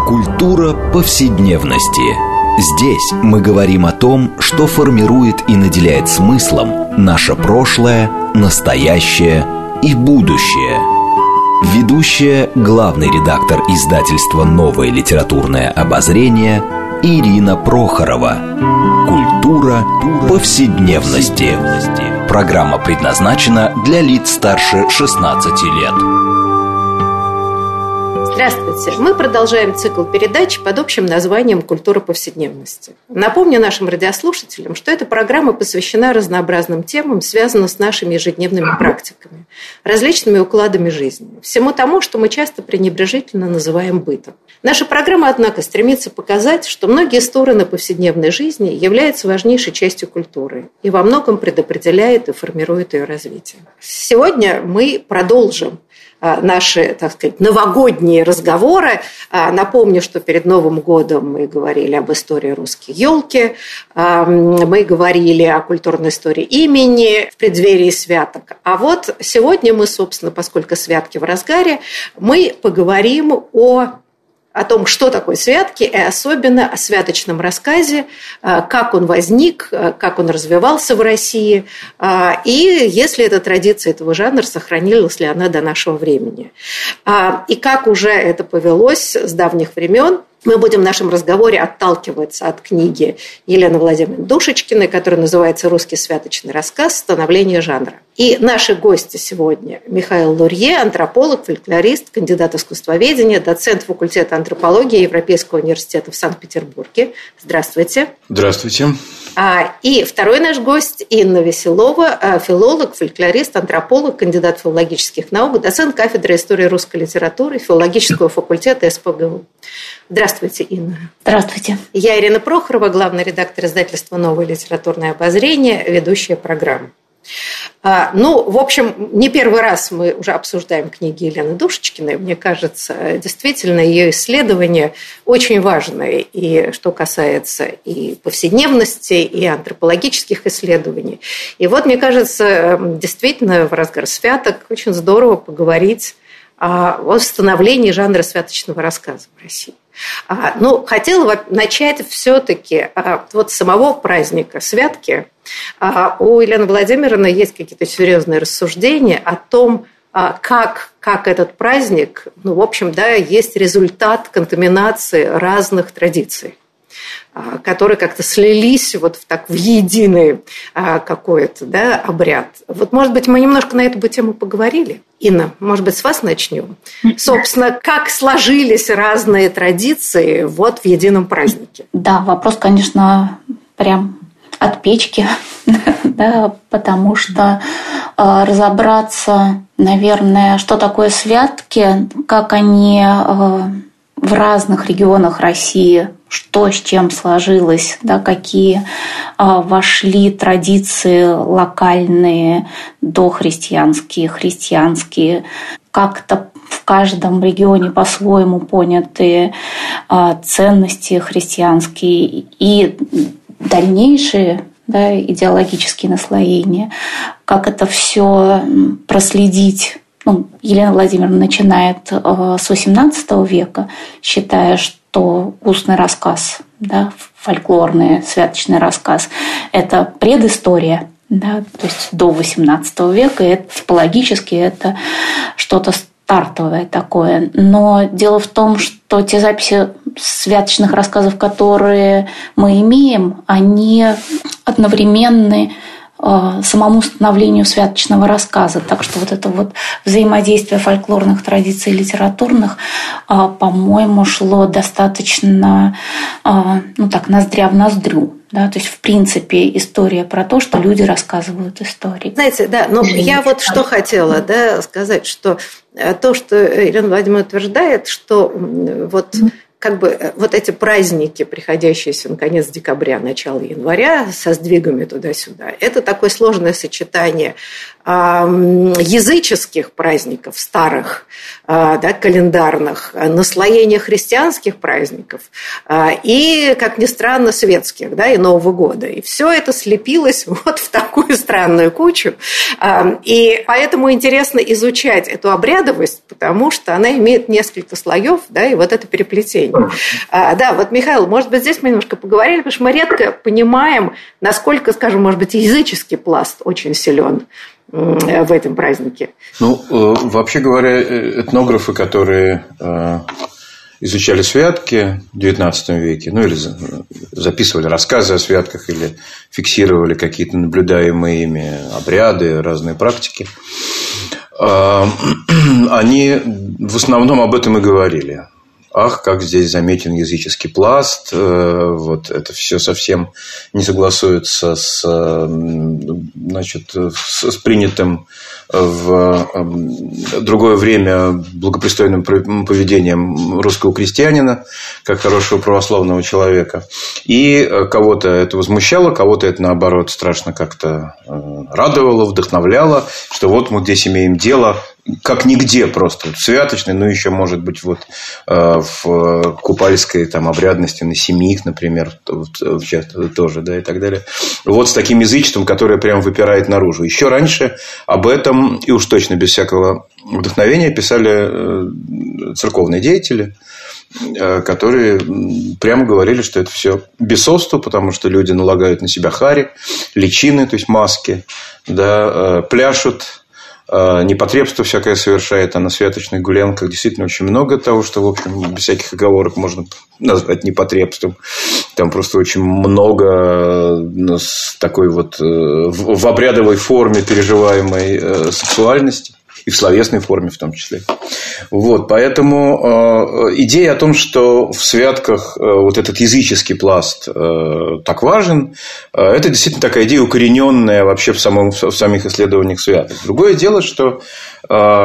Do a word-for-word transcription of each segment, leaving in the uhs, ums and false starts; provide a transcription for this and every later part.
Культура повседневности. Здесь мы говорим о том, что формирует и наделяет смыслом наше прошлое, настоящее и будущее. Ведущая, главный редактор издательства «Новое литературное обозрение» Ирина Прохорова. Культура повседневности. Программа предназначена для лиц старше шестнадцати лет. Здравствуйте! Мы продолжаем цикл передач под общим названием «Культура повседневности». Напомню нашим радиослушателям, что эта программа посвящена разнообразным темам, связанным с нашими ежедневными практиками, различными укладами жизни, всему тому, что мы часто пренебрежительно называем бытом. Наша программа, однако, стремится показать, что многие стороны повседневной жизни являются важнейшей частью культуры и во многом предопределяет и формирует ее развитие. Сегодня мы продолжим наши, так сказать, новогодние разговоры. Напомню, что перед Новым годом мы говорили об истории русской елки, мы говорили о культурной истории имени в преддверии святок. А вот сегодня мы, собственно, поскольку святки в разгаре, мы поговорим о о том, что такое святки, и особенно о святочном рассказе, как он возник, как он развивался в России, и если эта традиция этого жанра, сохранилась ли она до нашего времени. И как уже это повелось с давних времен. Мы будем в нашем разговоре отталкиваться от книги Елены Владимировны Душечкиной, которая называется «Русский святочный рассказ. Становление жанра». И наши гости сегодня – Михаил Лурье, антрополог, фольклорист, кандидат искусствоведения, доцент факультета антропологии Европейского университета в Санкт-Петербурге. Здравствуйте. Здравствуйте. И второй наш гость – Инна Веселова, филолог, фольклорист, антрополог, кандидат филологических наук, доцент кафедры истории русской литературы филологического факультета эс пэ гэ у. Здравствуйте, Инна. Здравствуйте. Я Ирина Прохорова, главный редактор издательства «Новое литературное обозрение», ведущая программы. Ну, в общем, не первый раз мы уже обсуждаем книги Елены Душечкиной. Мне кажется, действительно, ее исследования очень важные, и что касается и повседневности, и антропологических исследований. И вот, мне кажется, действительно, в разгар святок очень здорово поговорить о становлении жанра святочного рассказа в России. Ну, хотела начать все-таки вот с самого праздника святки. У Елены Владимировны есть какие-то серьезные рассуждения о том, как, как этот праздник, ну, в общем, да, есть результат контаминации разных традиций, которые как-то слились вот в, так, в единый какой-то, да, обряд. Вот, может быть, мы немножко на эту бы тему поговорили? Инна, может быть, с вас начнем? Собственно, как сложились разные традиции вот в едином празднике? Да, вопрос, конечно, прям от печки, да, потому что э, разобраться, наверное, что такое святки, как они э, в разных регионах России, что с чем сложилось, да, какие э, вошли традиции локальные, дохристианские, христианские, как-то в каждом регионе по-своему понятые э, ценности христианские и дальнейшие, да, идеологические наслоения, как это все проследить. Ну, Елена Владимировна начинает э, с восемнадцатого века, считая, что устный рассказ, да, фольклорный святочный рассказ – это предыстория, да, то есть до восемнадцатого века, и это, типологически это что-то стартовое такое. Но дело в том, что те записи святочных рассказов, которые мы имеем, они одновременны самому становлению святочного рассказа. Так что вот это вот взаимодействие фольклорных традиций и литературных, по-моему, шло достаточно, ну так, ноздря в ноздрю. Да, то есть, в принципе, история про то, что люди рассказывают истории. Знаете, да, но я вот что хотела, да, сказать, что то, что Елена Владимировна утверждает, что вот как бы вот эти праздники, приходящиеся на конец декабря, начало января, со сдвигами туда-сюда, это такое сложное сочетание языческих праздников, старых, да, календарных, наслоения христианских праздников и, как ни странно, светских, да, и Нового года. И все это слепилось вот в такую странную кучу. И поэтому интересно изучать эту обрядовость, потому что она имеет несколько слоев, да, и вот это переплетение. Да, вот, Михаил, может быть, здесь мы немножко поговорили, потому что мы редко понимаем, насколько, скажем, может быть, языческий пласт очень силен в этом празднике. Ну, вообще говоря, этнографы, которые изучали святки в девятнадцатом веке, ну, или записывали рассказы о святках, или фиксировали какие-то наблюдаемые ими обряды, разные практики, они в основном об этом и говорили. Ах, как здесь заметен языческий пласт, вот это все совсем не согласуется с, значит, с принятым в другое время благопристойным поведением русского крестьянина, как хорошего православного человека. И кого-то это возмущало, кого-то это, наоборот, страшно как-то радовало, вдохновляло, что вот мы здесь имеем дело как нигде просто. Вот святочный, ну, еще, может быть, вот в купальской там обрядности на семьих, например, тоже, да, и так далее. Вот с таким язычеством, которое прям выпирает наружу. Еще раньше об этом, и уж точно без всякого вдохновения, писали церковные деятели, которые прямо говорили, что это все бесовство, потому что люди налагают на себя хари, личины, то есть маски, да, пляшут, непотребство всякое совершает, а на святочных гулянках действительно очень много того, что, в общем, без всяких оговорок можно назвать непотребством. Там просто очень много такой вот в обрядовой форме переживаемой сексуальности. И в словесной форме в том числе. Вот, поэтому э, идея о том, что в святках э, вот этот языческий пласт э, так важен, э, это действительно такая идея, укорененная вообще в, самом, в самих исследованиях святок. Другое дело, что, э,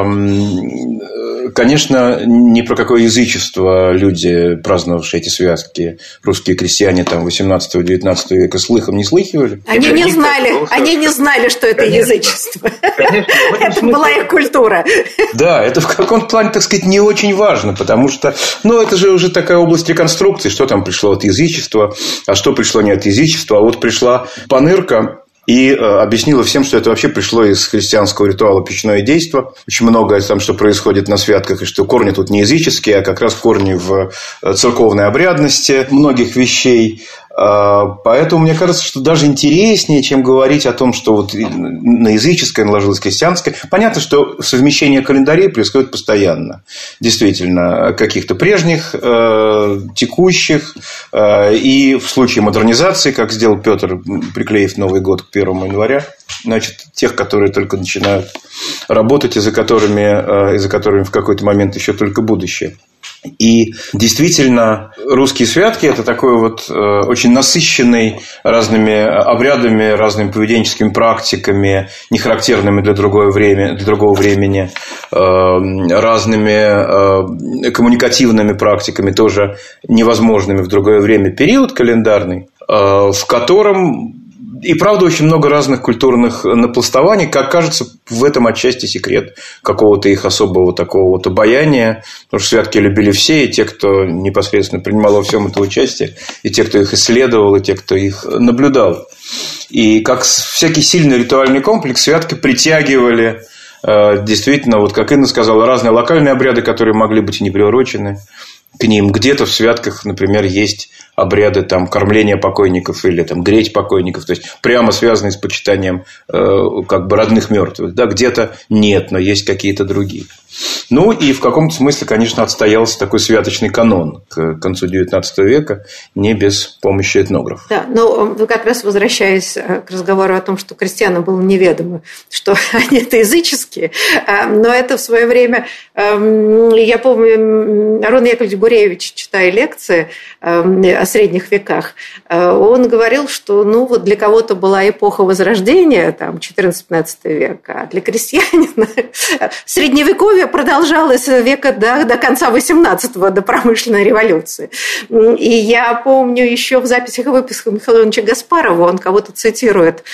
конечно, ни про какое язычество люди, праздновавшие эти святки, русские крестьяне там восемнадцатого-девятнадцатого века, слыхом не слыхивали. Они не знали, они не знали, что это язычество. Это была их культура. Да, это в каком-то плане, так сказать, не очень важно, потому что, ну, это же уже такая область реконструкции, что там пришло от язычества, а что пришло не от язычества, а вот пришла Панырка и э, объяснила всем, что это вообще пришло из христианского ритуала печное действо. Очень многое там, что происходит на святках, и что корни тут не языческие, а как раз корни в церковной обрядности многих вещей. Поэтому мне кажется, что даже интереснее, чем говорить о том, что вот на языческое наложилось христианское. Понятно, что совмещение календарей происходит постоянно. Действительно, каких-то прежних, текущих. И в случае модернизации, как сделал Петр, приклеив Новый год к первому января, значит, тех, которые только начинают работать, и за которыми, и за которыми в какой-то момент еще только будущее. И действительно, русские святки – это такой вот очень насыщенный разными обрядами, разными поведенческими практиками, не характерными для другого времени, для другого времени, разными коммуникативными практиками, тоже невозможными в другое время, период календарный, в котором и правда очень много разных культурных напластований. Как кажется, в этом отчасти секрет какого-то их особого такого вот обаяния. Потому что святки любили все, и те, кто непосредственно принимал во всем это участие, и те, кто их исследовал, и те, кто их наблюдал. И как всякий сильный ритуальный комплекс, святки притягивали действительно, вот как Инна сказала, разные локальные обряды, которые могли быть и не приурочены к ним. Где-то в святках, например, есть обряды там, кормления покойников или там, греть покойников, то есть прямо связанные с почитанием э, как бы родных мертвых. Да? Где-то нет, но есть какие-то другие. Ну и в каком-то смысле, конечно, отстоялся такой святочный канон к концу девятнадцатого века, не без помощи этнографов. Да, но как раз возвращаясь к разговору о том, что крестьянам было неведомо, что они это языческие, но это в свое время, я помню, Арон Яковлевич Гуревич, читая лекции о средних веках, он говорил, что ну, вот для кого-то была эпоха Возрождения, там, четырнадцатый-пятнадцатый век, а для крестьянина Средневековье продолжалось века до, до конца восемнадцатого, до промышленной революции. И я помню еще в записях и выпусках Михаила Ивановича Гаспарова, он кого-то цитирует,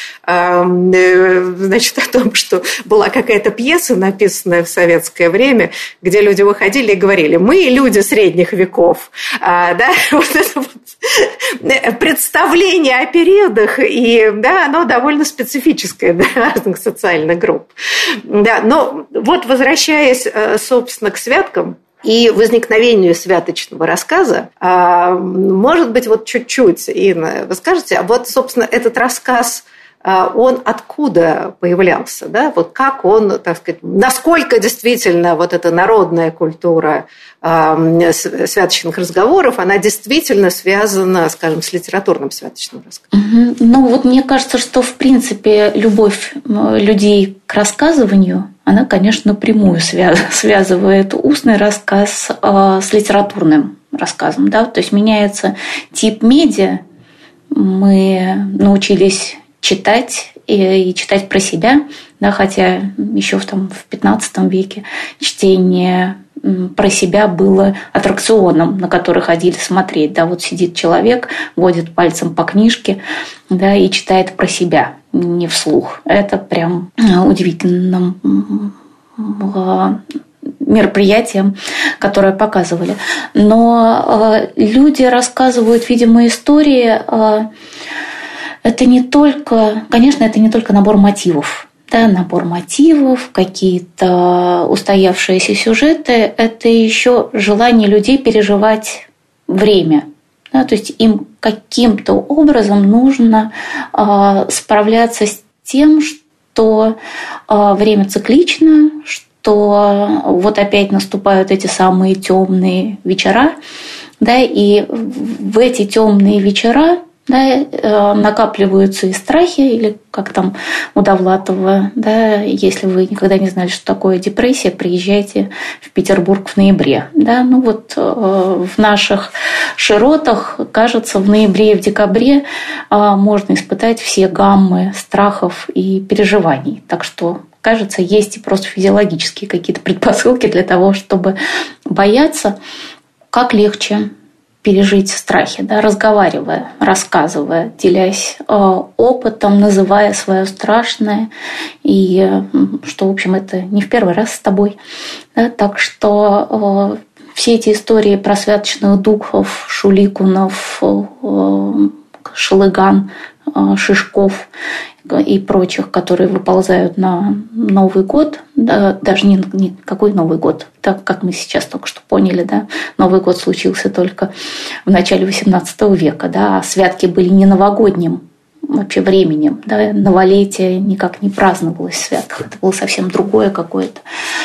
значит, о том, что была какая-то пьеса, написанная в советское время, где люди выходили и говорили: мы люди средних веков. А, да, вот это вот представление о периодах, и да, оно довольно специфическое для разных социальных групп. Да, но вот возвращаясь, собственно, к святкам и возникновению святочного рассказа, может быть, вот чуть-чуть, Инна, вы скажете, а вот, собственно, этот рассказ, он откуда появлялся, да? Вот как он, так сказать, насколько действительно вот эта народная культура э, святочных разговоров, она действительно связана, скажем, с литературным святочным рассказом? Ну вот мне кажется, что в принципе любовь людей к рассказыванию, она, конечно, напрямую связывает устный рассказ э, с литературным рассказом, да? То есть меняется тип медиа, мы научились читать и, и читать про себя, да, хотя еще в, там, в пятнадцатом веке чтение про себя было аттракционом, на который ходили смотреть. Да, вот сидит человек, водит пальцем по книжке, да, и читает про себя, не вслух. Это прям удивительно было мероприятием, которое показывали. Но э, люди рассказывают, видимо, истории. Э, Это не только, конечно, это не только набор мотивов. Да, набор мотивов, какие-то устоявшиеся сюжеты – это еще желание людей переживать время. Да, то есть им каким-то образом нужно э, справляться с тем, что э, время циклично, что вот опять наступают эти самые темные вечера, да, и в эти темные вечера, да, накапливаются и страхи, или как там у Довлатова, да, если вы никогда не знали, что такое депрессия, приезжайте в Петербург в ноябре. Да. Ну вот в наших широтах, кажется, в ноябре и в декабре можно испытать все гаммы страхов и переживаний. Так что, кажется, есть и просто физиологические какие-то предпосылки для того, чтобы бояться. Как легче пережить страхи, да, разговаривая, рассказывая, делясь э, опытом, называя свое страшное, и э, что, в общем, это не в первый раз с тобой. Да, так что э, все эти истории про святочных духов, шуликунов, э, шелыган, э, шишков и прочих, которые выползают на Новый год, да, даже не, не какой Новый год, так как мы сейчас только что поняли, да, Новый год случился только в начале восемнадцатого века, да, а святки были не новогодним вообще временем, да, новолетие никак не праздновалось в святках, это было совсем другое какое-то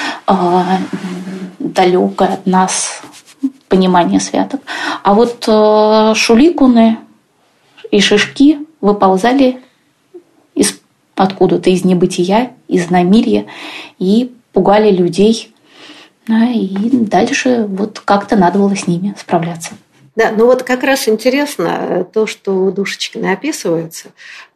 а, далекое от нас понимание святок. А вот а, шуликуны и шишки выползали из откуда-то из небытия, из намирья, и пугали людей. Да, и дальше вот как-то надо было с ними справляться. Да, ну вот как раз интересно то, что у Душечкиной описывается.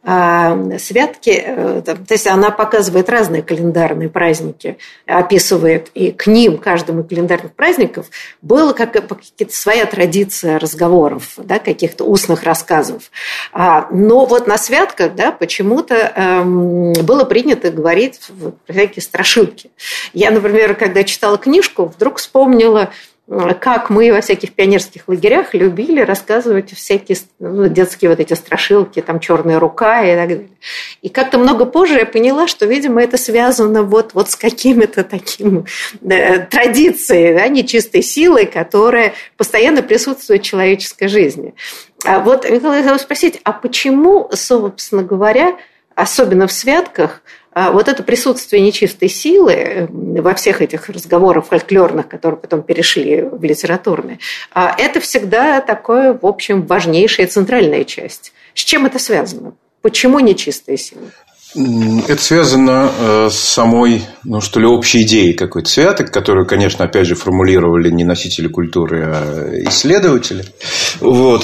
Святки, то есть она показывает разные календарные праздники, описывает, и к ним, каждому календарных праздников, была какая-то своя традиция разговоров, да, каких-то устных рассказов. Но вот на святках, да, почему-то было принято говорить про всякие страшилки. Я, например, когда читала книжку, вдруг вспомнила, как мы во всяких пионерских лагерях любили рассказывать всякие, ну, детские вот эти страшилки, там «Черная рука» и так далее. И как-то много позже я поняла, что, видимо, это связано вот, вот с какими-то такими да, традициями, да, нечистой силой, которая постоянно присутствует в человеческой жизни. А вот, Михаил, я хотела спросить, а почему, собственно говоря, особенно в святках, вот это присутствие нечистой силы во всех этих разговорах фольклорных, которые потом перешли в литературные, это всегда такое, в общем, важнейшая центральная часть. С чем это связано? Почему нечистая сила? Это связано с самой, ну что ли, общей идеей какой-то святок, которую, конечно, опять же, формулировали не носители культуры, а исследователи. Вот.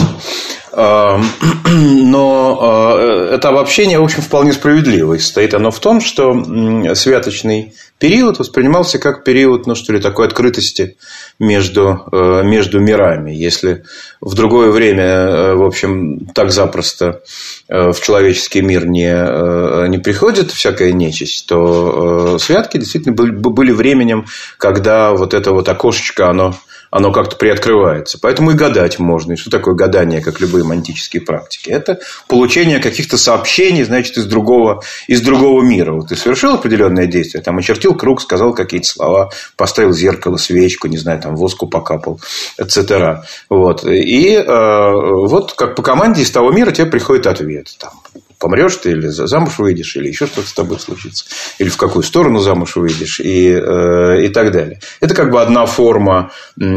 Но это обобщение, в общем, вполне справедливо. И состоит оно в том, что святочный период воспринимался как период, ну что ли, такой открытости между, между мирами. Если в другое время, в общем, так запросто в человеческий мир не, не приходит всякая нечисть, то святки действительно были временем, когда вот это вот окошечко, оно... оно как-то приоткрывается. Поэтому и гадать можно. И что такое гадание, как любые антические практики? Это получение каких-то сообщений, значит, из другого, из другого мира. Вот ты совершил определенное действие, там, очертил круг, сказал какие-то слова, поставил зеркало, свечку, не знаю, там, воску покапал, et cetera. Вот. И э, вот как по команде из того мира тебе приходит ответ. Там, помрешь ты или замуж выйдешь, или еще что-то с тобой случится, или в какую сторону замуж выйдешь, и, э, и так далее. Это как бы одна форма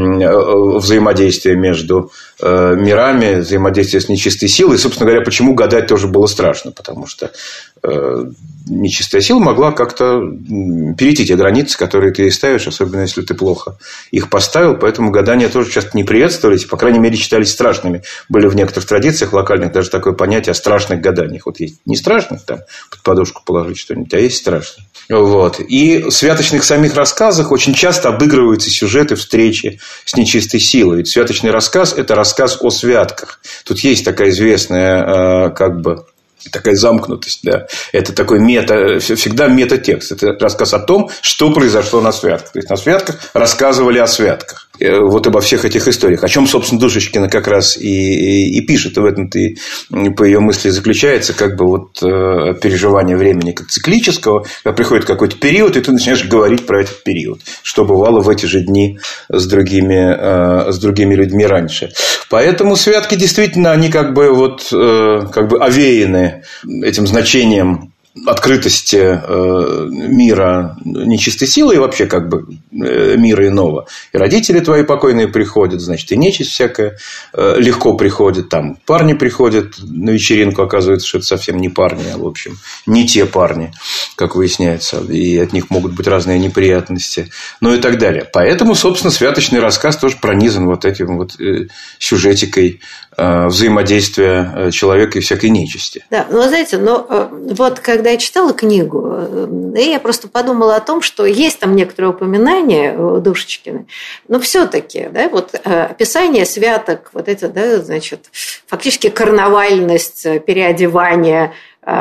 взаимодействия между э, мирами, взаимодействия с нечистой силой. И, собственно говоря, почему гадать тоже было страшно, потому что э, нечистая сила могла как-то перейти те границы, которые ты ей ставишь, особенно если ты плохо их поставил. Поэтому гадания тоже часто не приветствовались, по крайней мере, считались страшными. Были в некоторых традициях локальных даже такое понятие о страшных гаданиях. Вот есть не страшных, там под подушку положить что-нибудь, а есть страшных. Вот. И в святочных самих рассказах очень часто обыгрываются сюжеты встречи с нечистой силой. Ведь святочный рассказ – это рассказ о святках. Тут есть такая известная, как бы, такая замкнутость, да. Это такой мета, всегда метатекст. Это рассказ о том, что произошло на святках. То есть на святках рассказывали о святках. Вот обо всех этих историях. О чем, собственно, Душечкина как раз и, и, и пишет. И в этом-то и, по ее мысли заключается как бы вот переживание времени как циклического. Когда приходит какой-то период, и ты начинаешь говорить про этот период. Что бывало в эти же дни с другими, с другими людьми раньше. Поэтому святки действительно, они как бы, вот, как бы овеяны этим значением открытости э, мира нечистой силы и вообще как бы э, мира иного. И родители твои покойные приходят, значит, и нечисть всякая э, легко приходит. Там парни приходят на вечеринку, оказывается, что это совсем не парни, а, в общем, не те парни, как выясняется. И от них могут быть разные неприятности. Ну и так далее. Поэтому, собственно, святочный рассказ тоже пронизан вот этим вот э, сюжетикой э, взаимодействия человека и всякой нечисти. Да, ну, вы знаете, но э, вот когда я читала книгу, я просто подумала о том, что есть там некоторые упоминания у Душечкиной, но все-таки, да, вот описание святок, вот это, да, значит, фактически карнавальность, переодевание.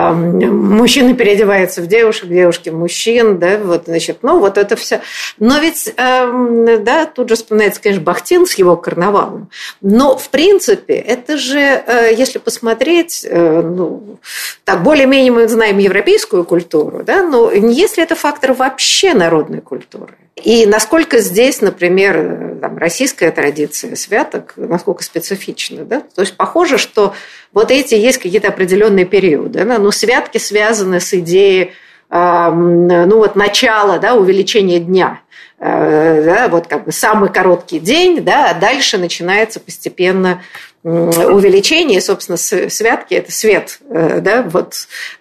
Мужчины переодеваются в девушек, девушки в мужчин, да, вот, значит, ну, вот это все. Но ведь, да, тут же вспоминается, конечно, Бахтин с его карнавалом. Но, в принципе, это же, если посмотреть, ну, так, более-менее мы знаем европейскую культуру, да, но если это фактор вообще народной культуры. И насколько здесь, например, там, российская традиция святок, насколько специфична, да? То есть похоже, что вот эти есть какие-то определенные периоды, да? Но святки связаны с идеей, э, ну вот начала, да, увеличения дня. Да, вот как бы самый короткий день, да, а дальше начинается постепенно увеличение, и, собственно, святки – это свет, да, вот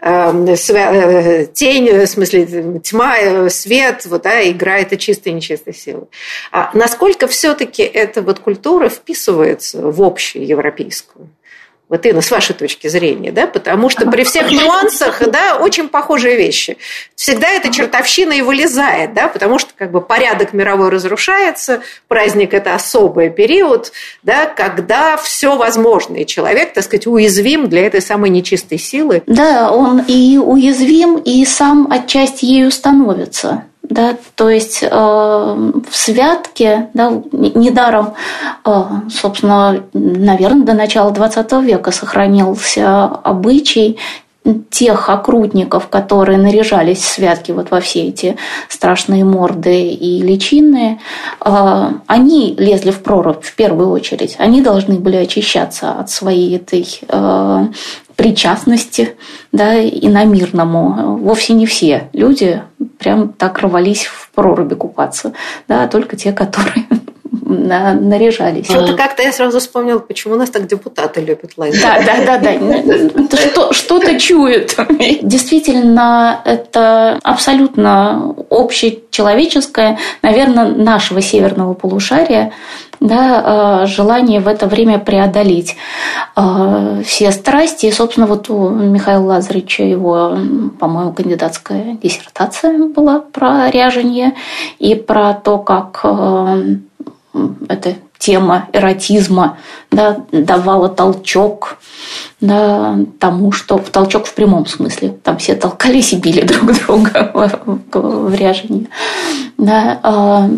тень, в смысле тьма, свет, вот, да, игра – это чистая и нечистая сила. А насколько все-таки эта вот культура вписывается в общую европейскую? Вот, Инна, с вашей точки зрения, да, потому что при всех нюансах, да, очень похожие вещи. Всегда эта чертовщина и вылезает, да, потому что как бы порядок мировой разрушается, праздник – это особый период, да, когда все возможно, и человек, так сказать, уязвим для этой самой нечистой силы. Да, он и уязвим, и сам отчасти ею становится. Да, то есть э, в святке, да, недаром, э, собственно, наверное, до начала двадцатого века сохранился обычай тех окрутников, которые наряжались в святки вот во все эти страшные морды и личины, э, они лезли в прорубь в первую очередь. Они должны были очищаться от своей этой э, причастности, да, иномирному. Вовсе не все люди прям так рвались в проруби купаться, да, только те, которые наряжались. Что-то как-то я сразу вспомнила, почему нас так депутаты любят лайк. Да, да, да, да. Что, что-то чуют. Действительно, это абсолютно общечеловеческое, наверное, нашего северного полушария, да, желание в это время преодолеть все страсти. И, собственно, вот у Михаила Лазаревича его, по-моему, кандидатская диссертация была про ряжение и про то, как эта тема эротизма, да, давала толчок, да, тому, что толчок в прямом смысле. Там все толкались и били друг друга в, в ряжении. Да,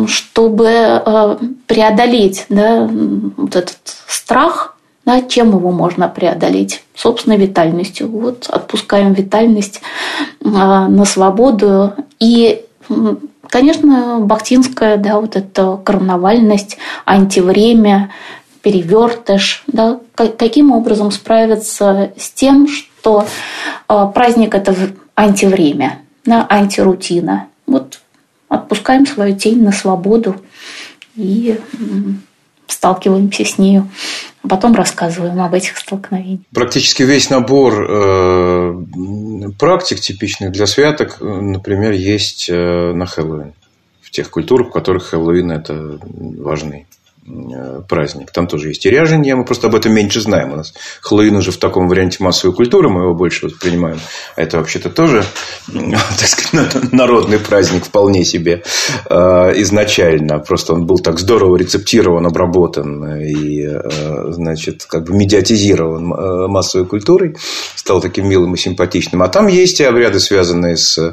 чтобы преодолеть, да, вот этот страх, да, чем его можно преодолеть? Собственно, витальностью. Вот отпускаем витальность на свободу. И, конечно, бахтинская, да, вот эта карнавальность, антивремя, перевертыш, да, каким образом справиться с тем, что праздник – это антивремя, да, антирутина. Вот отпускаем свою тень на свободу и сталкиваемся с нею, а потом рассказываем об этих столкновениях. Практически весь набор э, практик, типичных для святок, например, есть э, на Хэллоуин. В тех культурах, в которых Хэллоуин – это важный праздник. Там тоже есть и ряжение, мы просто об этом меньше знаем. У нас Хэллоуин уже в таком варианте массовой культуры, мы его больше воспринимаем. А это вообще-то тоже, так сказать, народный праздник вполне себе изначально. Просто он был так здорово рецептирован, обработан и, значит, как бы медиатизирован массовой культурой. Стал таким милым и симпатичным. А там есть и обряды, связанные с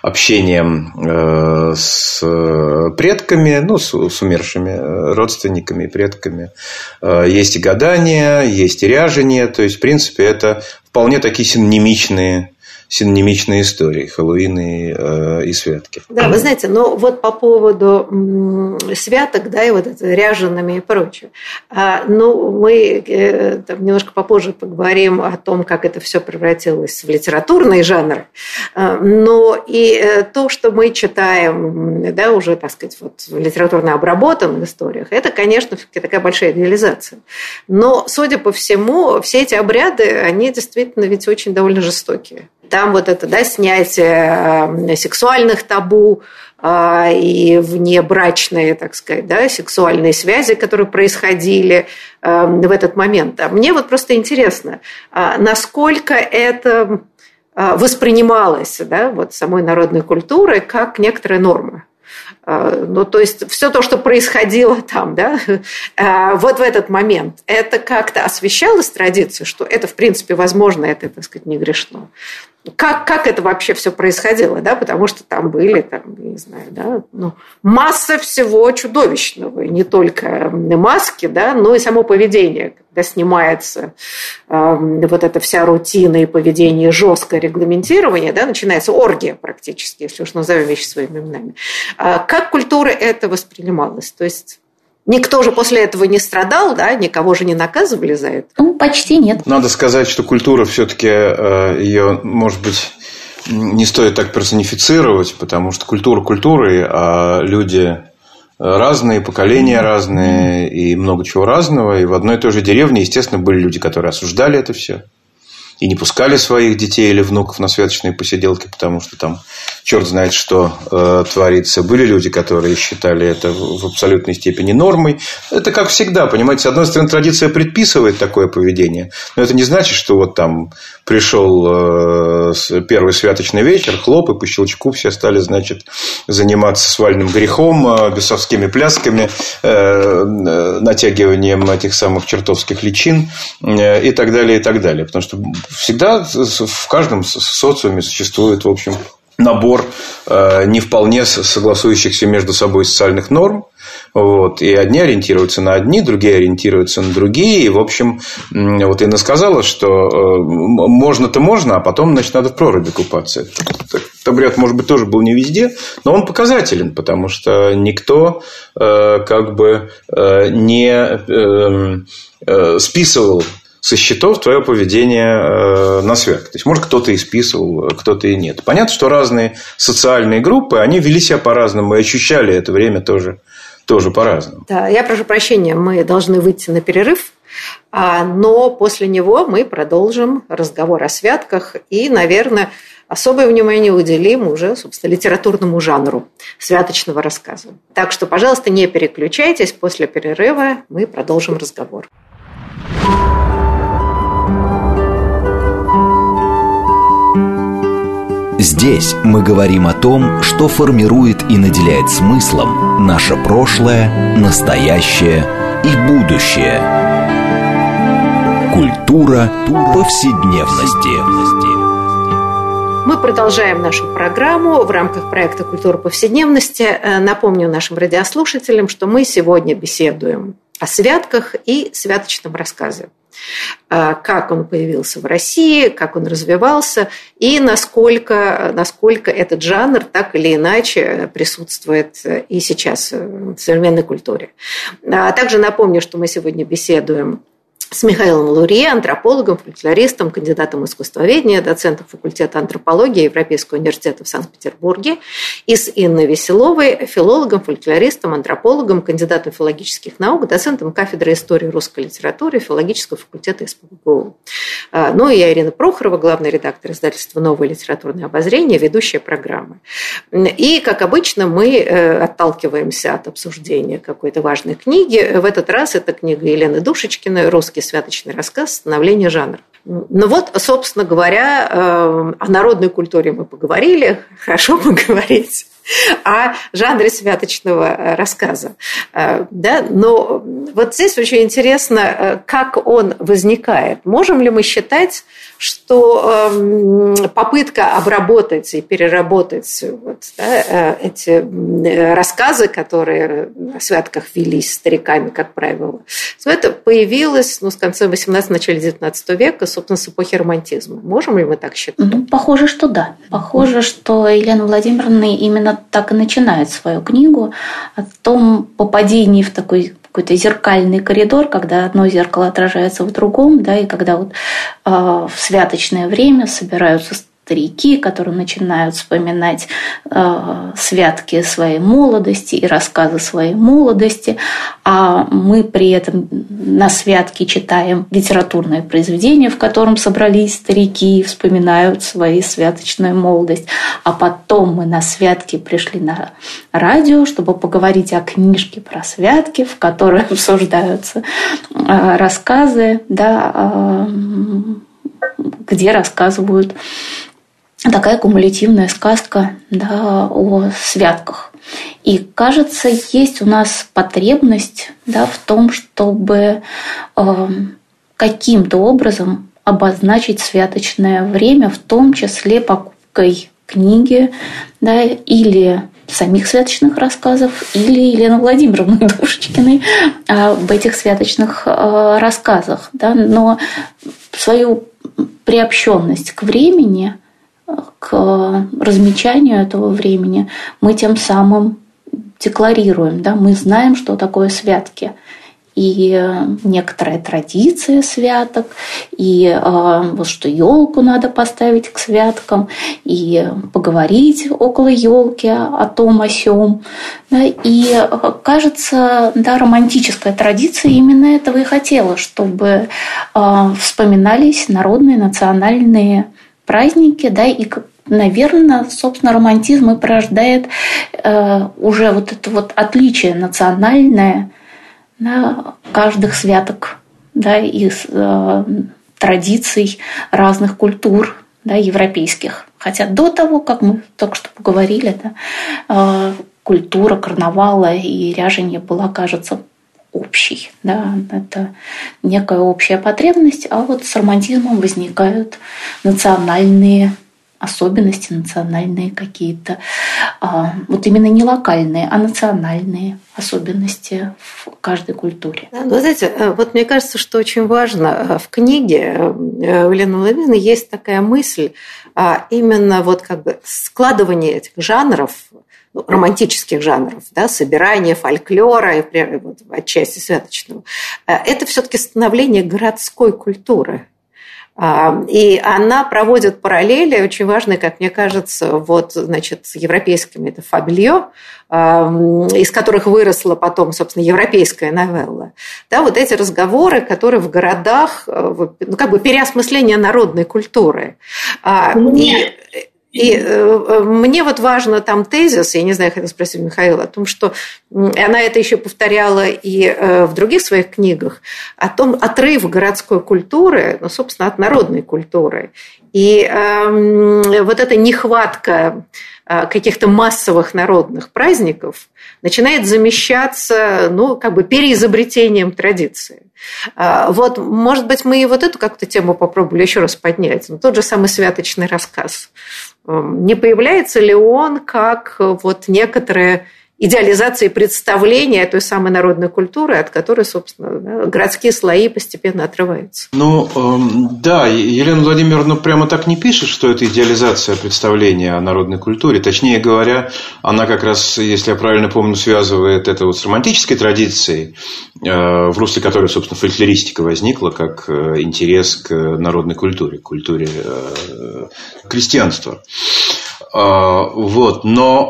общением с предками, ну, с умершими родственниками и предками. Есть и гадания, есть и ряжение. То есть, в принципе, это вполне такие синонимичные, синонимичные истории Хэллоуин и, э, и святки. Да, вы знаете, но вот по поводу м, святок, да, и вот это ряжеными и прочее. А, ну, мы э, там, немножко попозже поговорим о том, как это все превратилось в литературный жанр. А, но и э, то, что мы читаем, да, уже, так сказать, вот, в литературно обработанных историях, это, конечно, такая большая идеализация. Но, судя по всему, все эти обряды, они действительно ведь очень довольно жестокие. Там вот это, да, снятие сексуальных табу и внебрачные, так сказать, да, сексуальные связи, которые происходили в этот момент. А мне вот просто интересно, насколько это воспринималось, да, вот самой народной культурой как некоторая норма. Ну, то есть, все то, что происходило там, да, вот в этот момент, это как-то освещалось традицией, что это, в принципе, возможно, это, так сказать, не грешно. Как, как это вообще все происходило, да, потому что там были, там, не знаю, да, ну, масса всего чудовищного, и не только маски, да, но и само поведение, когда снимается э, вот эта вся рутина и поведение, жесткое регламентирование, да, начинается оргия практически, если уж назовем вещи своими именами. А как культура это воспринималась? То есть никто же после этого не страдал, да, никого же не наказывали за это? Ну, почти нет. Надо сказать, что культура все-таки ее, может быть, не стоит так персонифицировать, потому что культура культурой, а люди разные, поколения разные и много чего разного. И в одной и той же деревне, естественно, были люди, которые осуждали это все. И не пускали своих детей или внуков на святочные посиделки, потому что там черт знает, что э, творится. Были люди, которые считали это в абсолютной степени нормой. Это как всегда, понимаете, с одной стороны, традиция предписывает такое поведение, но это не значит, что вот там пришел э, первый святочный вечер, хлоп, и по щелчку все стали, значит, заниматься свальным грехом, э, бесовскими плясками, э, натягиванием этих самых чертовских личин э, и так далее, и так далее. Потому что всегда в каждом социуме существует, в общем, набор э, не вполне согласующихся между собой социальных норм. Вот. И одни ориентируются на одни, другие ориентируются на другие. И, в общем, вот Инна сказала, что э, можно-то можно, а потом, значит, надо в проруби купаться. Этот обряд, может быть, тоже был не везде, но он показателен, потому что никто э, как бы э, не э, э, списывал со счетов твое поведение на святке. То есть, может, кто-то и списывал, кто-то и нет. Понятно, что разные социальные группы, они вели себя по-разному и ощущали это время тоже, тоже по-разному. Да, я прошу прощения, мы должны выйти на перерыв, но после него мы продолжим разговор о святках и, наверное, особое внимание уделим уже, собственно, литературному жанру святочного рассказа. Так что, пожалуйста, не переключайтесь, после перерыва мы продолжим разговор. Здесь мы говорим о том, что формирует и наделяет смыслом наше прошлое, настоящее и будущее. Культура повседневности. Мы продолжаем нашу программу в рамках проекта «Культура повседневности». Напомню нашим радиослушателям, что мы сегодня беседуем о святках и святочном рассказе. Как он появился в России, как он развивался и насколько, насколько этот жанр так или иначе присутствует и сейчас в современной культуре. А также напомню, что мы сегодня беседуем с Михаилом Лурье, антропологом, фольклористом, кандидатом искусствоведения, доцентом факультета антропологии Европейского университета в Санкт-Петербурге, и с Инной Веселовой, филологом, фольклористом, антропологом, кандидатом филологических наук, доцентом кафедры истории русской литературы Филологического факультета СПбГУ. Ну и я, Ирина Прохорова, главный редактор издательства «Новое литературное обозрение», ведущая программы. И, как обычно, мы отталкиваемся от обсуждения какой-то важной книги. В этот раз это книга Елены Душечкиной «Русский святочный рассказ. Становление жанра». Ну вот, собственно говоря, о народной культуре мы поговорили, хорошо поговорить о жанре святочного рассказа. Да? Но вот здесь очень интересно, как он возникает. Можем ли мы считать, что попытка обработать и переработать вот, да, эти рассказы, которые о святках велись стариками, как правило, это появилось ну, с конца восемнадцатого, начала девятнадцатого века, собственно, с эпохи романтизма. Можем ли мы так считать? Ну, похоже, что да. Похоже, что Елена Владимировна именно так и начинает свою книгу о том попадении в такой какой-то зеркальный коридор, когда одно зеркало отражается в другом, да, и когда вот, э, в святочное время собираются старики, которые начинают вспоминать э, святки своей молодости и рассказы своей молодости, а мы при этом на святки читаем литературное произведение, в котором собрались старики и вспоминают свою святочную молодость, а потом мы на святки пришли на радио, чтобы поговорить о книжке про святки, в которой обсуждаются э, рассказы, да, э, где рассказывают такая кумулятивная сказка, да, о святках. И, кажется, есть у нас потребность, да, в том, чтобы э, каким-то образом обозначить святочное время, в том числе покупкой книги, да, или самих святочных рассказов, или Елены Владимировны Душечкиной об этих святочных э, рассказах. Да. Но свою приобщенность к времени, к размечанию этого времени мы тем самым декларируем, да, мы знаем, что такое святки. И некоторая традиция святок, и э, вот что елку надо поставить к святкам, и поговорить около елки о том, о сём. Да, и кажется, да, романтическая традиция именно этого и хотела, чтобы э, вспоминались народные, национальные праздники, да, и, наверное, собственно, романтизм и порождает э, уже вот это вот отличие национальное, да, каждых святок, да, из э, традиций разных культур, да, европейских. Хотя до того, как мы только что поговорили, да, э, культура карнавала и ряжения была, кажется, общий, да, это некая общая потребность, а вот с романтизмом возникают национальные особенности, национальные какие-то, а, вот именно не локальные, а национальные особенности в каждой культуре. Да, ну, знаете, вот мне кажется, что очень важно в книге у Елены Владимировны есть такая мысль, именно вот как бы складывание этих жанров, романтических жанров, да, собирание фольклора и вот, отчасти святочного, это все-таки становление городской культуры. И она проводит параллели, очень важные, как мне кажется, вот, значит, с европейскими, это Фабельо, из которых выросла потом, собственно, европейская новелла. Да, вот эти разговоры, которые в городах, ну, как бы переосмысление народной культуры. И... И э, мне вот важно там тезис, я не знаю, хотела спросить Михаила, о том, что она это еще повторяла и э, в других своих книгах, о том отрыв городской культуры, ну, собственно, от народной культуры. И э, вот эта нехватка э, каких-то массовых народных праздников начинает замещаться, ну, как бы переизобретением традиции. Вот, может быть, мы и вот эту как-то тему попробовали еще раз поднять. Ну, тот же самый святочный рассказ. Не появляется ли он как вот некоторая идеализация и представление той самой народной культуры, от которой, собственно, да, городские слои постепенно отрываются? Ну, да, Елена Владимировна прямо так не пишет, что это идеализация представления о народной культуре. Точнее говоря, она как раз, если я правильно помню, связывает это вот с романтической традицией, в русле которой, собственно, фольклористика возникла, как интерес к народной культуре, к культуре крестьянства. Вот.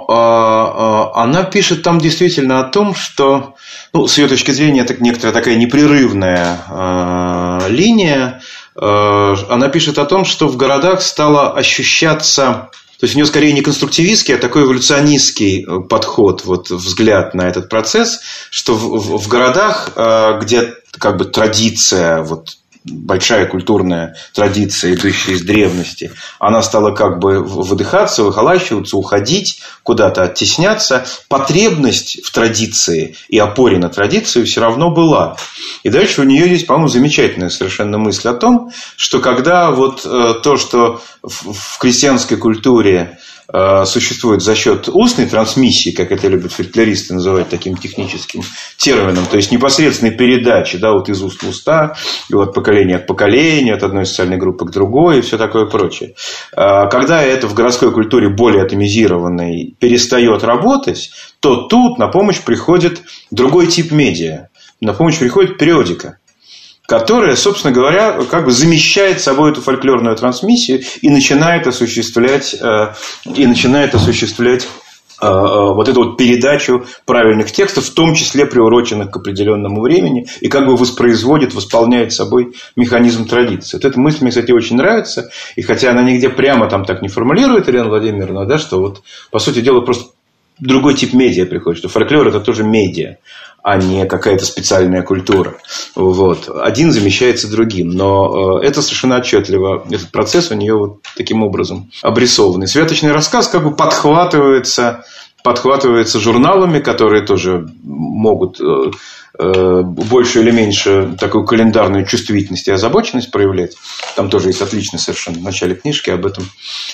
Но она пишет там действительно о том, что, ну, с ее точки зрения, это некоторая такая непрерывная линия. Она пишет о том, что в городах стало ощущаться... То есть у нее скорее не конструктивистский, а такой эволюционистский подход, вот, взгляд на этот процесс, что в, в городах, где как бы традиция, вот, большая культурная традиция, идущая из древности, она стала как бы выдыхаться, выхолащиваться, уходить, куда-то оттесняться. Потребность в традиции и опоре на традицию все равно была. И дальше у нее есть, по-моему, замечательная совершенно мысль о том, что когда вот то, что в крестьянской культуре существует за счет устной трансмиссии, как это любят фольклористы называть таким техническим термином, то есть непосредственной передачи, да, вот из уст в уста, и от поколения к поколению, от одной социальной группы к другой и все такое прочее. Когда это в городской культуре более атомизированной перестает работать, то тут на помощь приходит другой тип медиа, на помощь приходит периодика, которая, собственно говоря, как бы замещает собой эту фольклорную трансмиссию и начинает осуществлять, и начинает осуществлять вот эту вот передачу правильных текстов, в том числе приуроченных к определенному времени, и как бы воспроизводит, восполняет собой механизм традиции. Вот эта мысль мне, кстати, очень нравится, и хотя она нигде прямо там так не формулирует, Елена Владимировна, да, что вот, по сути дела, просто другой тип медиа приходит, что фольклор – это тоже медиа, а не какая-то специальная культура. Вот. Один замещается другим. Но это совершенно отчетливо. Этот процесс у нее вот таким образом обрисованный. Святочный рассказ как бы подхватывается, подхватывается журналами, которые тоже могут большую или меньшую такую календарную чувствительность и озабоченность проявлять. Там тоже есть отличный совершенно в начале книжки об этом,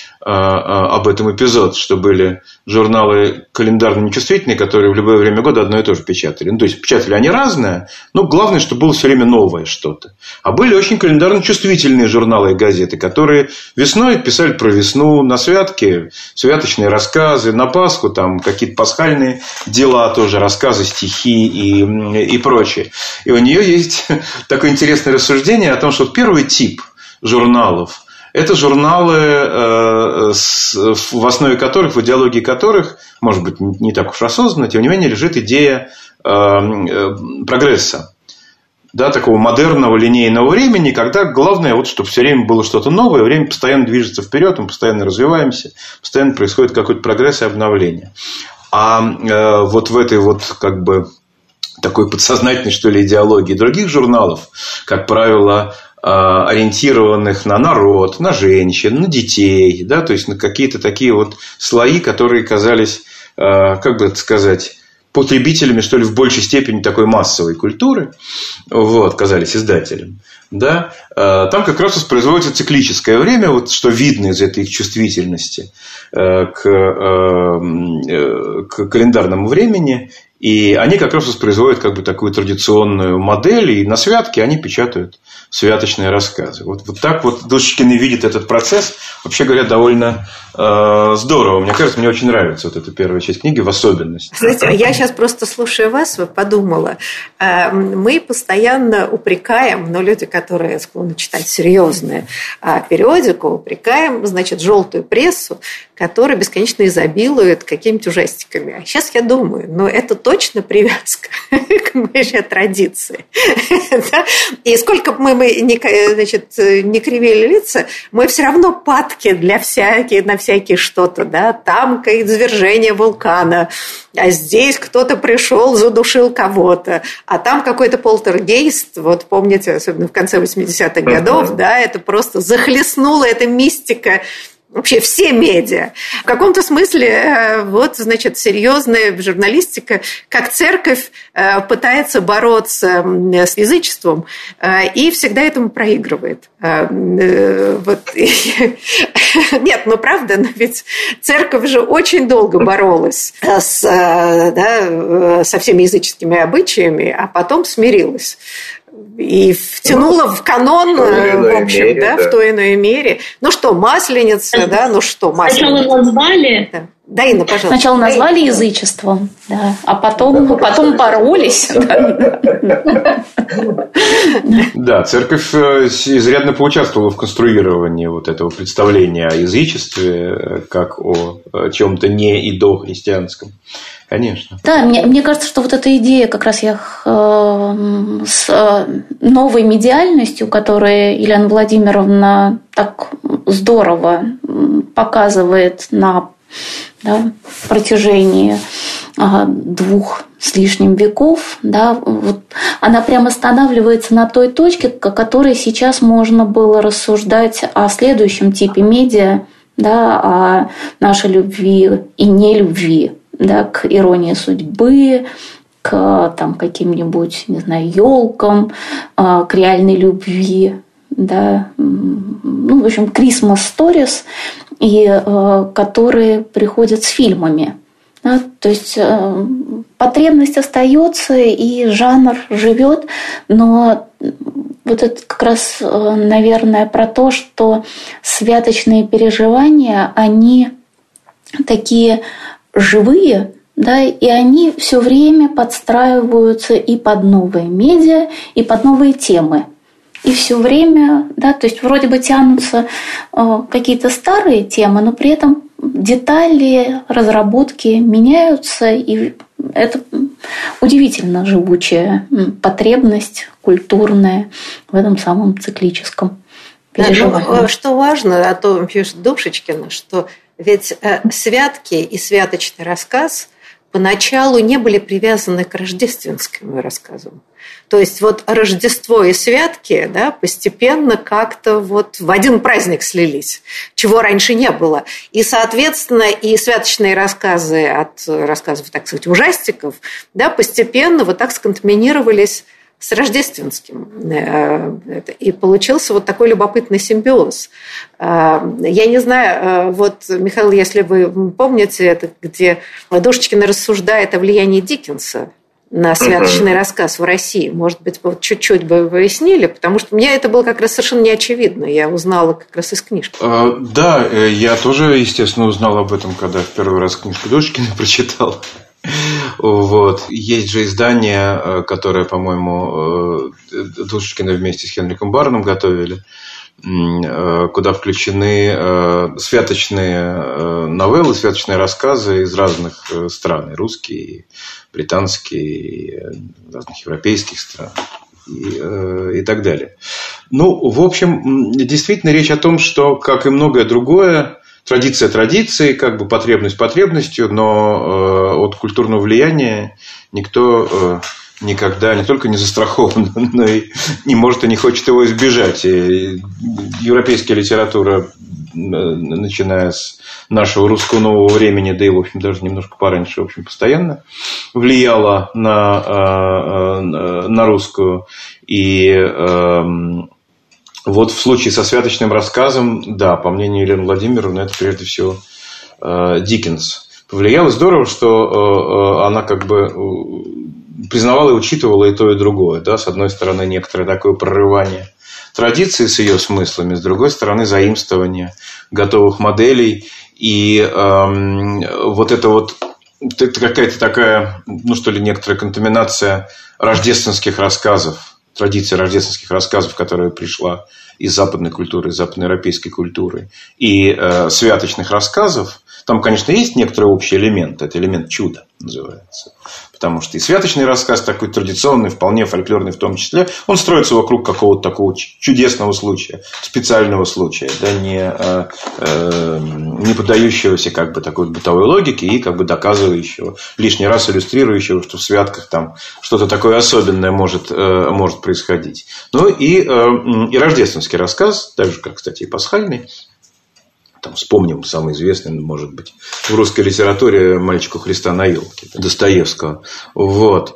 об этом эпизод, что были журналы календарно нечувствительные, которые в любое время года одно и то же печатали. Ну, то есть печатали они разное, но главное, чтобы было все время новое что-то. А были очень календарно чувствительные журналы и газеты, которые весной писали про весну, на святки святочные рассказы, на Пасху там какие-то пасхальные дела тоже, рассказы, стихи и, и прочее. И у нее есть такое интересное рассуждение о том, что первый тип журналов — это журналы, в основе которых, в идеологии которых, может быть, не так уж осознанно, тем не менее, лежит идея прогресса. Да, такого модерного линейного времени, когда главное, вот, чтобы все время было что-то новое, время постоянно движется вперед, мы постоянно развиваемся, постоянно происходит какой-то прогресс и обновление. А э, вот в этой вот как бы такой подсознательной, что ли, идеологии других журналов, как правило, ориентированных на народ, на женщин, на детей, да, то есть на какие-то такие вот слои, которые казались, как бы это сказать, потребителями, что ли, в большей степени такой массовой культуры, вот, казались издателем, да, там как раз воспроизводится циклическое время, вот, что видно из этой их чувствительности к, к календарному времени. И они как раз воспроизводят как бы такую традиционную модель, и на святке они печатают святочные рассказы. Вот, вот так вот Душечкин видит этот процесс. Вообще говоря, довольно э, здорово. Мне кажется, мне очень нравится вот эта первая часть книги в особенности. Знаете, я сейчас просто слушая вас, подумала, мы постоянно упрекаем, но люди, которые склонны читать серьезную периодику, упрекаем, значит, желтую прессу, которая бесконечно изобилует какими-то ужастиками. А сейчас я думаю, ну это точно привязка к моей традиции. И сколько бы мы не, значит, не кривили лица, мы все равно падки для всяких, на всякие что-то. Да? Там извержение вулкана, а здесь кто-то пришел, задушил кого-то, а там какой-то полтергейст, вот помните, особенно в конце восьмидесятых годов, да, это просто захлестнула эта мистика вообще все медиа. В каком-то смысле, вот, значит, серьезная журналистика, как церковь пытается бороться с язычеством и всегда этому проигрывает. Вот. Нет, ну правда, но ведь церковь же очень долго боролась с, да, со всеми языческими обычаями, а потом смирилась. И втянула в канон, в, общем, мере, да, да. в той иной мере. Ну что, Масленица, да, ну что, Масленица. Сначала назвали... Да. Да, Инна, пожалуйста. Сначала назвали язычеством, да, а потом, да, потом боролись. Да, церковь изрядно поучаствовала в конструировании вот этого представления о язычестве как о чем-то не и дохристианском. Конечно. Да, мне, мне кажется, что вот эта идея как раз я э, с новой медиальностью, которую Елена Владимировна так здорово показывает на да, протяжении ага, двух с лишним веков, да, вот она прямо останавливается на той точке, о которой сейчас можно было рассуждать о следующем типе медиа, да, о нашей любви и нелюбви, да, к иронии судьбы, к там, каким-нибудь, не знаю, елкам, к реальной любви, да, ну, в общем, Christmas Stories, и э, которые приходят с фильмами. Да? То есть э, потребность остается, и жанр живет, но вот это как раз, э, наверное, про то, что святочные переживания, они такие живые, да, и они все время подстраиваются и под новые медиа, и под новые темы. И все время, да, то есть вроде бы тянутся э, какие-то старые темы, но при этом детали, разработки меняются, и это удивительно живучая потребность культурная в этом самом циклическом переживании. Да, ну, что важно, а то пишет Душечкина, что ведь э, святки и святочный рассказ поначалу не были привязаны к рождественскому рассказу. То есть вот Рождество и святки, да, постепенно как-то вот в один праздник слились, чего раньше не было. И, соответственно, и святочные рассказы от рассказов, так сказать, ужастиков, да, постепенно вот так сконтаминировались с рождественским. И получился вот такой любопытный симбиоз. Я не знаю, вот, Михаил, если вы помните, это где Душечкина рассуждает о влиянии Диккенса на святочный uh-huh. рассказ в России. Может быть, вот чуть-чуть бы выяснили, потому что мне это было как раз совершенно не очевидно. Я узнала как раз из книжки. А, да, я тоже, естественно, узнал об этом, когда в первый раз книжку Душечкина прочитал. Вот. Есть же издание, которое, по-моему, Душечкина вместе с Хенриком Барном готовили, куда включены святочные новеллы, святочные рассказы из разных стран, и русские, и британские, и разных европейских стран, и, и так далее. Ну, в общем, действительно речь о том, что, как и многое другое, традиция традицией, как бы потребность потребностью, но от культурного влияния никто никогда не только не застрахован, но и не может и не хочет его избежать. И европейская литература, начиная с нашего русского нового времени, да и, в общем, даже немножко пораньше, в общем, постоянно влияла на, на русскую. И вот в случае со святочным рассказом, да, по мнению Елены Владимировны, это прежде всего Диккенс. Повлияло здорово, что она как бы признавала и учитывала и то, и другое. Да? С одной стороны, некоторое такое прорывание традиции с ее смыслами, с другой стороны, заимствование готовых моделей. И эм, вот это вот это какая-то такая, ну что ли, некоторая контаминация рождественских рассказов, традиция рождественских рассказов, которая пришла из западной культуры, из западноевропейской культуры, и э, святочных рассказов. Там, конечно, есть некоторый общий элемент. Это элемент чуда называется. Потому что и святочный рассказ такой традиционный, вполне фольклорный в том числе, он строится вокруг какого-то такого чудесного случая, специального случая, да, не, э, э, не поддающегося как бы такой бытовой логике и как бы доказывающего, лишний раз иллюстрирующего, что в святках там что-то такое особенное может, э, может происходить. Ну и, э, и рождественский рассказ, так же, как, кстати, и пасхальный. Там, вспомним самый известный, может быть, в русской литературе «Мальчик у Христа на елке» Достоевского. Вот.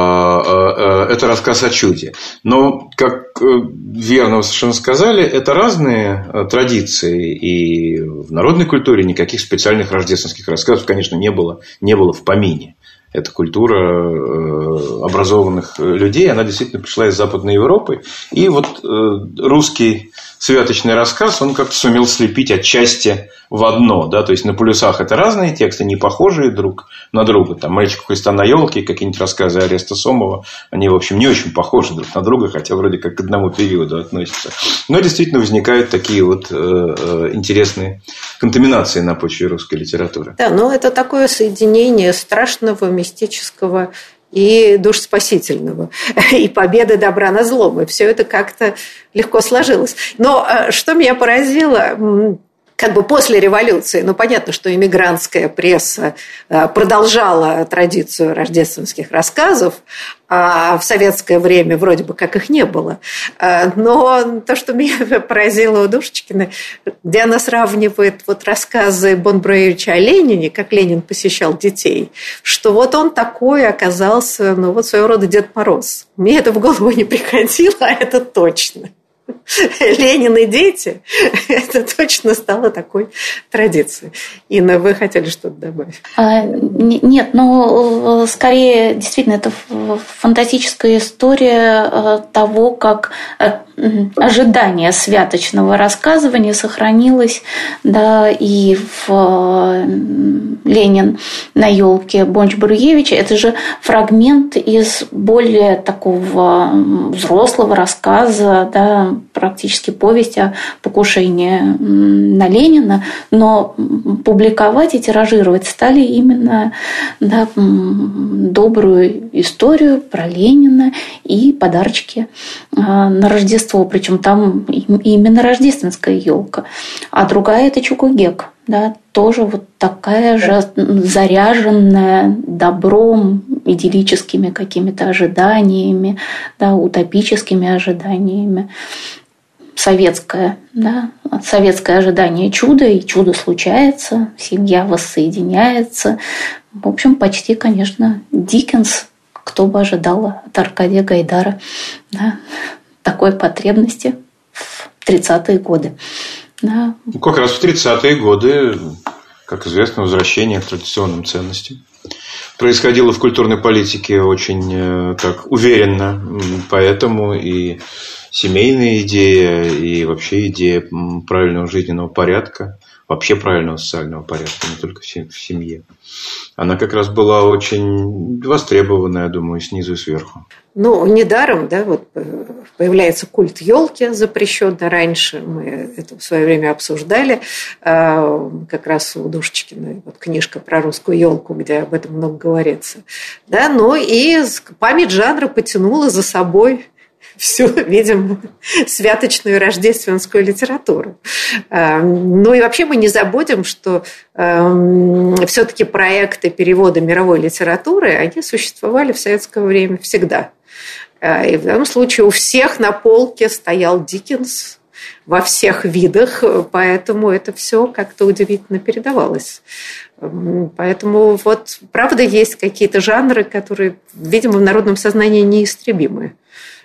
Это рассказ о чуде. Но, как верно вы совершенно сказали, это разные традиции. И в народной культуре никаких специальных рождественских рассказов, конечно, не было, не было в помине. Эта культура образованных людей, она действительно пришла из Западной Европы. И вот русский святочный рассказ, он как-то сумел слепить отчасти в одно. Да? То есть, на полюсах это разные тексты, не похожие друг на друга. Там «Мальчик у Христа на елке», какие-нибудь рассказы Ареста Сомова, они, в общем, не очень похожи друг на друга, хотя вроде как к одному периоду относятся. Но действительно возникают такие вот э, интересные контаминации на почве русской литературы. Да, но это такое соединение страшного, мистического и душеспасительного, и победы добра над злом. И все это как-то легко сложилось. Но что меня поразило, как бы после революции, ну, понятно, что иммигрантская пресса продолжала традицию рождественских рассказов, а в советское время вроде бы как их не было. Но то, что меня поразило у Душечкиной, где она сравнивает вот рассказы Бонн-Бруевича о Ленине, как Ленин посещал детей, что вот он такой оказался, ну, вот своего рода Дед Мороз. Мне это в голову не приходило, а это точно. Ленин и дети, это точно стало такой традицией. Инна, вы хотели что-то добавить? А, нет, но скорее действительно это фантастическая история того, как ожидание святочного рассказывания сохранилось, да, и в «Ленин на елке» Бонч-Бруевича. Это же фрагмент из более такого взрослого рассказа, да, практически повесть о покушении на Ленина, но публиковать и тиражировать стали именно, да, добрую историю про Ленина и подарочки на Рождество, причем там именно рождественская елка, а другая – это Чукугек. Да, тоже вот такая же заряженная добром, идиллическими какими-то ожиданиями, да, утопическими ожиданиями. Советское, да, советское ожидание чуда, и чудо случается, семья воссоединяется. В общем, почти, конечно, Диккенс, кто бы ожидал от Аркадия Гайдара, да, такой потребности в тридцатые годы. Да. Ну, как раз в тридцатые годы, как известно, возвращение к традиционным ценностям происходило в культурной политике очень так уверенно. Поэтому и семейная идея, и вообще идея правильного жизненного порядка, вообще правильного социального порядка, не только в семье, она как раз была очень востребована, я думаю, снизу и сверху. Ну, недаром, да, вот появляется культ елки, запрещенный раньше. Мы это в свое время обсуждали. Как раз у Душечкиной вот книжка про русскую елку, где об этом много говорится. Да, ну и память жанра потянула за собой всю, видимо, святочную рождественскую литературу. Ну и вообще мы не забудем, что все-таки проекты перевода мировой литературы, они существовали в советское время всегда. И в данном случае у всех на полке стоял Диккенс во всех видах, поэтому это все как-то удивительно передавалось. Поэтому вот правда есть какие-то жанры, которые, видимо, в народном сознании неистребимы.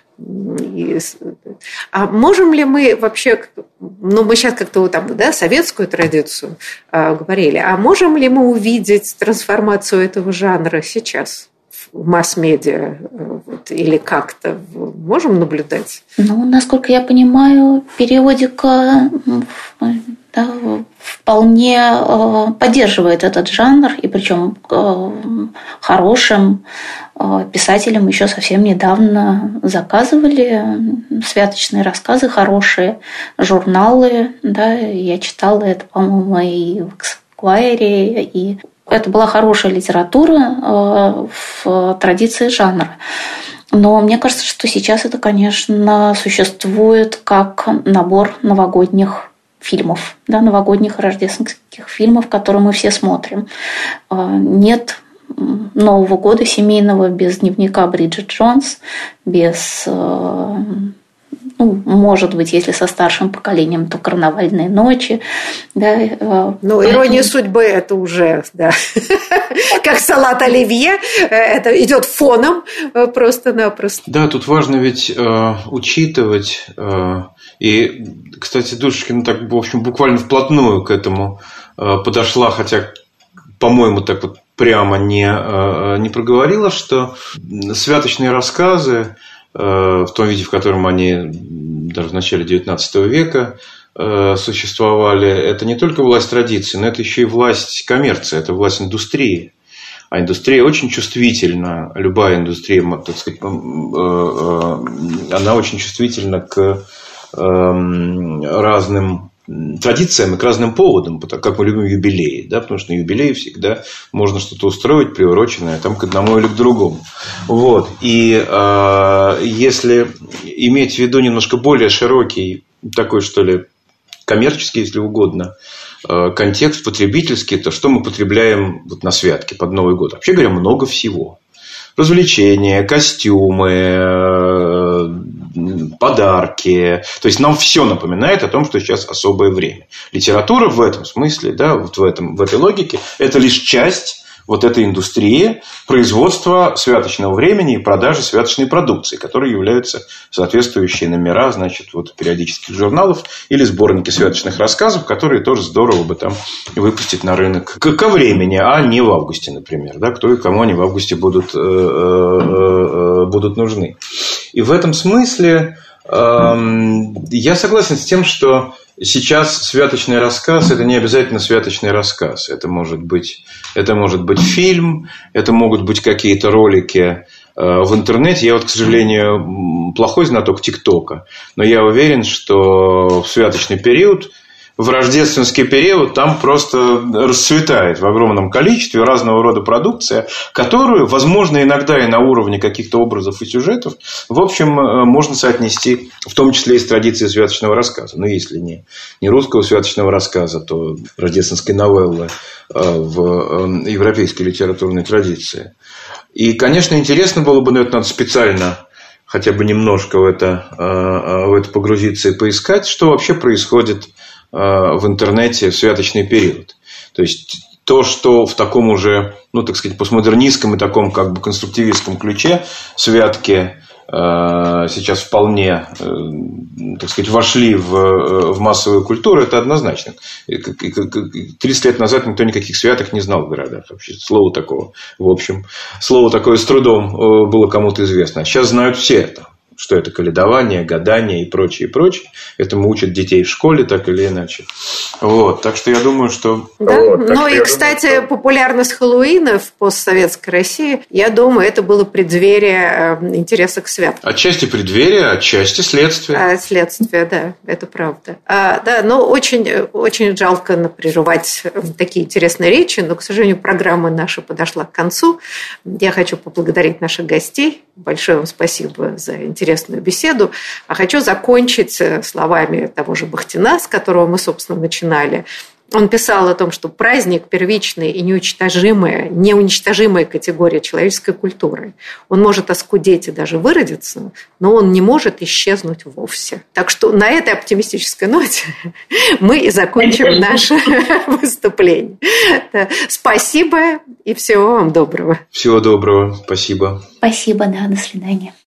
А можем ли мы вообще, ну мы сейчас как-то там, да, советскую традицию а, говорили, а можем ли мы увидеть трансформацию этого жанра сейчас в масс-медиа вот, или как-то можем наблюдать? Ну, насколько я понимаю, периодика да, вполне поддерживает этот жанр, и причем хорошим писателям еще совсем недавно заказывали святочные рассказы, хорошие журналы. Да, я читала это, по-моему, и в Esquire, и это была хорошая литература в традиции жанра. Но мне кажется, что сейчас это, конечно, существует как набор новогодних фильмов, да, новогодних рождественских фильмов, которые мы все смотрим. Нет Нового года семейного без дневника Бриджит Джонс, без, ну, может быть, если со старшим поколением, то «Карнавальные ночи». Да. Ну, «Ирония судьбы» – это уже, да, как салат оливье, это идет фоном просто-напросто. Да, тут важно ведь э, учитывать, э, и, кстати, Душечкина так, в общем, буквально вплотную к этому э, подошла, хотя, по-моему, так вот прямо не, э, не проговорила, что святочные рассказы в том виде, в котором они даже в начале девятнадцатого века существовали, это не только власть традиции, но это еще и власть коммерции, это власть индустрии. А индустрия очень чувствительна, любая индустрия, так сказать, она очень чувствительна к разным традициям и к разным поводам, как мы любим юбилеи, да, потому что на юбилее всегда можно что-то устроить, приуроченное там, к одному или к другому. Вот. И э, если иметь в виду немножко более широкий, такой, что ли, коммерческий, если угодно, э, контекст потребительский, то что мы потребляем вот на святки под Новый год? Вообще говоря, много всего. Развлечения, костюмы, подарки. То есть нам все напоминает о том, что сейчас особое время. Литература в этом смысле, да, вот в, этом, в этой логике, это лишь часть вот этой индустрии производства святочного времени и продажи святочной продукции, которые являются соответствующие номера, значит, вот периодических журналов или сборники святочных рассказов, которые тоже здорово бы там выпустить на рынок ко времени, а не в августе, например, да, кто и кому они в августе будут, э, э, будут нужны. И в этом смысле э, я согласен с тем, что сейчас святочный рассказ – это не обязательно святочный рассказ. Это может быть, это может быть фильм, это могут быть какие-то ролики в интернете. Я вот, к сожалению, плохой знаток ТикТока, но я уверен, что в святочный период, в рождественский период там просто расцветает в огромном количестве разного рода продукция, которую, возможно, иногда и на уровне каких-то образов и сюжетов, в общем, можно соотнести, в том числе и с традицией святочного рассказа. Ну, если не, не русского святочного рассказа, то рождественской новеллы в европейской литературной традиции. И, конечно, интересно было бы, но это надо специально хотя бы немножко в это, в это погрузиться и поискать, что вообще происходит в интернете в святочный период. То есть то, что в таком уже, ну, так сказать, постмодернистском и таком как бы конструктивистском ключе святки э, сейчас вполне, э, так сказать, вошли в, в массовую культуру, это однозначно. тридцать лет назад никто никаких святок не знал в городах. Вообще, слова такого, в общем, слово такое с трудом было кому-то известно. А сейчас знают все это. Что это каледование, гадание и прочее, и прочее. Этому учат детей в школе, так или иначе. Вот. Так что я думаю, что... Да, вот, ну и, кстати, думаю, что... популярность Хэллоуина в постсоветской России, я думаю, это было преддверие интереса к святкам. Отчасти преддверие, отчасти следствие. А, следствие, да, это правда. А, да, но очень, очень жалко прерывать такие интересные речи, но, к сожалению, программа наша подошла к концу. Я хочу поблагодарить наших гостей. Большое вам спасибо за интерес. Интересную беседу. А хочу закончить словами того же Бахтина, с которого мы, собственно, начинали. Он писал о том, что праздник – первичная и неуничтожимая, неуничтожимая категория человеческой культуры. Он может оскудеть и даже выродиться, но он не может исчезнуть вовсе. Так что на этой оптимистической ноте мы и закончим наше выступление. Спасибо и всего вам доброго. Всего доброго. Спасибо. Спасибо, да, до свидания.